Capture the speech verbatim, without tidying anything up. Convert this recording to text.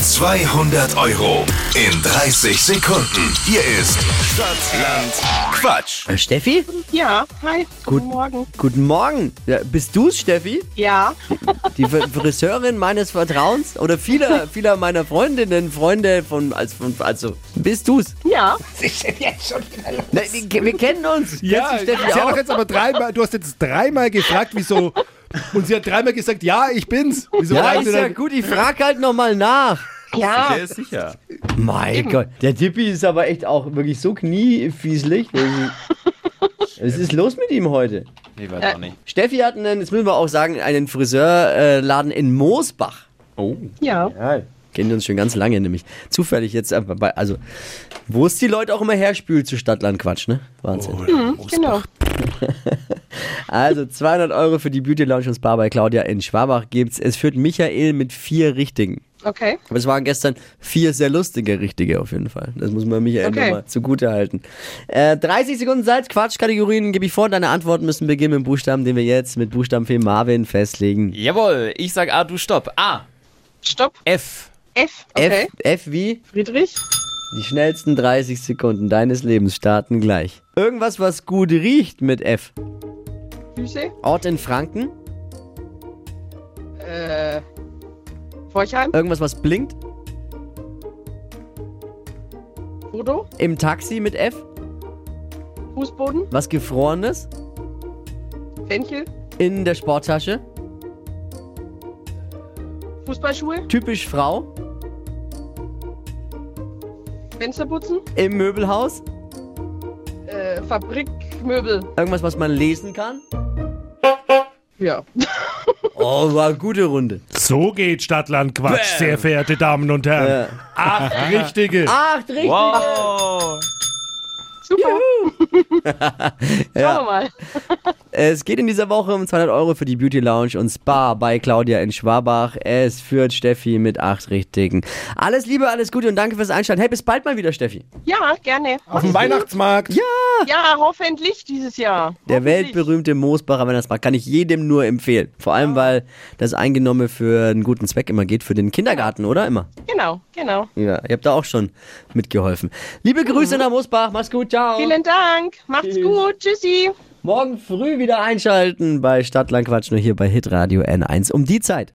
zweihundert Euro in dreißig Sekunden. Hier ist Stadtland Quatsch. Äh, Steffi? Ja, hi. Gut. Guten Morgen. Guten Morgen. Ja, bist du's, Steffi? Ja. Die F- Friseurin meines Vertrauens? Oder vieler, vieler meiner Freundinnen, Freunde von, als, von, also, bist du's? Ja. Na, die, wir kennen uns. Ja, Kennst du Steffi sie hat auch? doch jetzt aber dreimal, du hast jetzt dreimal gefragt, wieso, und sie hat dreimal gesagt, ja, ich bin's. Wieso Ja, fragen ist sie ja dann- gut, ich frag halt nochmal nach. Ja. ist sicher. Mein Gott, der Tippi ist aber echt auch wirklich so kniefieselig. Was ist los mit ihm heute? Nee, weiß Äh. auch nicht. Steffi hat einen, jetzt müssen wir auch sagen, einen Friseurladen in Moosbach. Oh. Ja. Ja, kennen uns schon ganz lange nämlich. Zufällig jetzt einfach bei, also, wo es die Leute auch immer herspült zu Stadtland Quatsch, ne? Wahnsinn. Mhm, genau. Also zweihundert Euro für die Beauty Lounge und Spa bei Claudia in Schwabach gibt's. Es führt Michael mit vier Richtigen. Okay. Aber es waren gestern vier sehr lustige Richtige auf jeden Fall. Das muss man Michael Okay. nochmal zugute halten. Äh, dreißig Sekunden Zeit, Quatschkategorien gebe ich vor. Deine Antworten müssen beginnen mit dem Buchstaben, den wir jetzt mit Buchstabenfee Marvin festlegen. Jawohl, ich sag A, du stopp. A, Stopp. F. F. Okay. F, F wie? Friedrich. Die schnellsten dreißig Sekunden deines Lebens starten gleich. Irgendwas, was gut riecht mit F. Füße. Ort in Franken. Äh. Forchheim. Irgendwas, was blinkt. Foto. Im Taxi mit F. Fußboden. Was Gefrorenes. Fenchel. In der Sporttasche. Fußballschuhe. Typisch Frau. Fensterputzen. Im Möbelhaus. Äh. Fabrikmöbel. Irgendwas, was man lesen kann. Ja. Oh, war eine gute Runde. So geht Stadtland Quatsch, sehr verehrte Damen und Herren. Ja. Acht richtige. Acht, richtig. Wow. Super. Schauen wir mal. Es geht in dieser Woche um zweihundert Euro für die Beauty Lounge und Spa bei Claudia in Schwabach. Es führt Steffi mit acht Richtigen. Alles Liebe, alles Gute und danke fürs Einschalten. Hey, bis bald mal wieder, Steffi. Ja, gerne. Auf dem Weihnachtsmarkt. Ja. Ja, hoffentlich dieses Jahr. Der Hoffentlich. weltberühmte Moosbacher Weihnachtsmarkt kann ich jedem nur empfehlen. Vor allem, weil das Eingenommen für einen guten Zweck immer geht, für den Kindergarten, oder? Immer. Genau, genau. Ja, ihr habt da auch schon mitgeholfen. Liebe Grüße nach Moosbach. Mach's gut. Ciao. Vielen Dank. Macht's Tschüss. gut. Tschüssi. Morgen früh wieder einschalten bei Stadtland Quatsch, nur hier bei Hitradio N eins um die Zeit.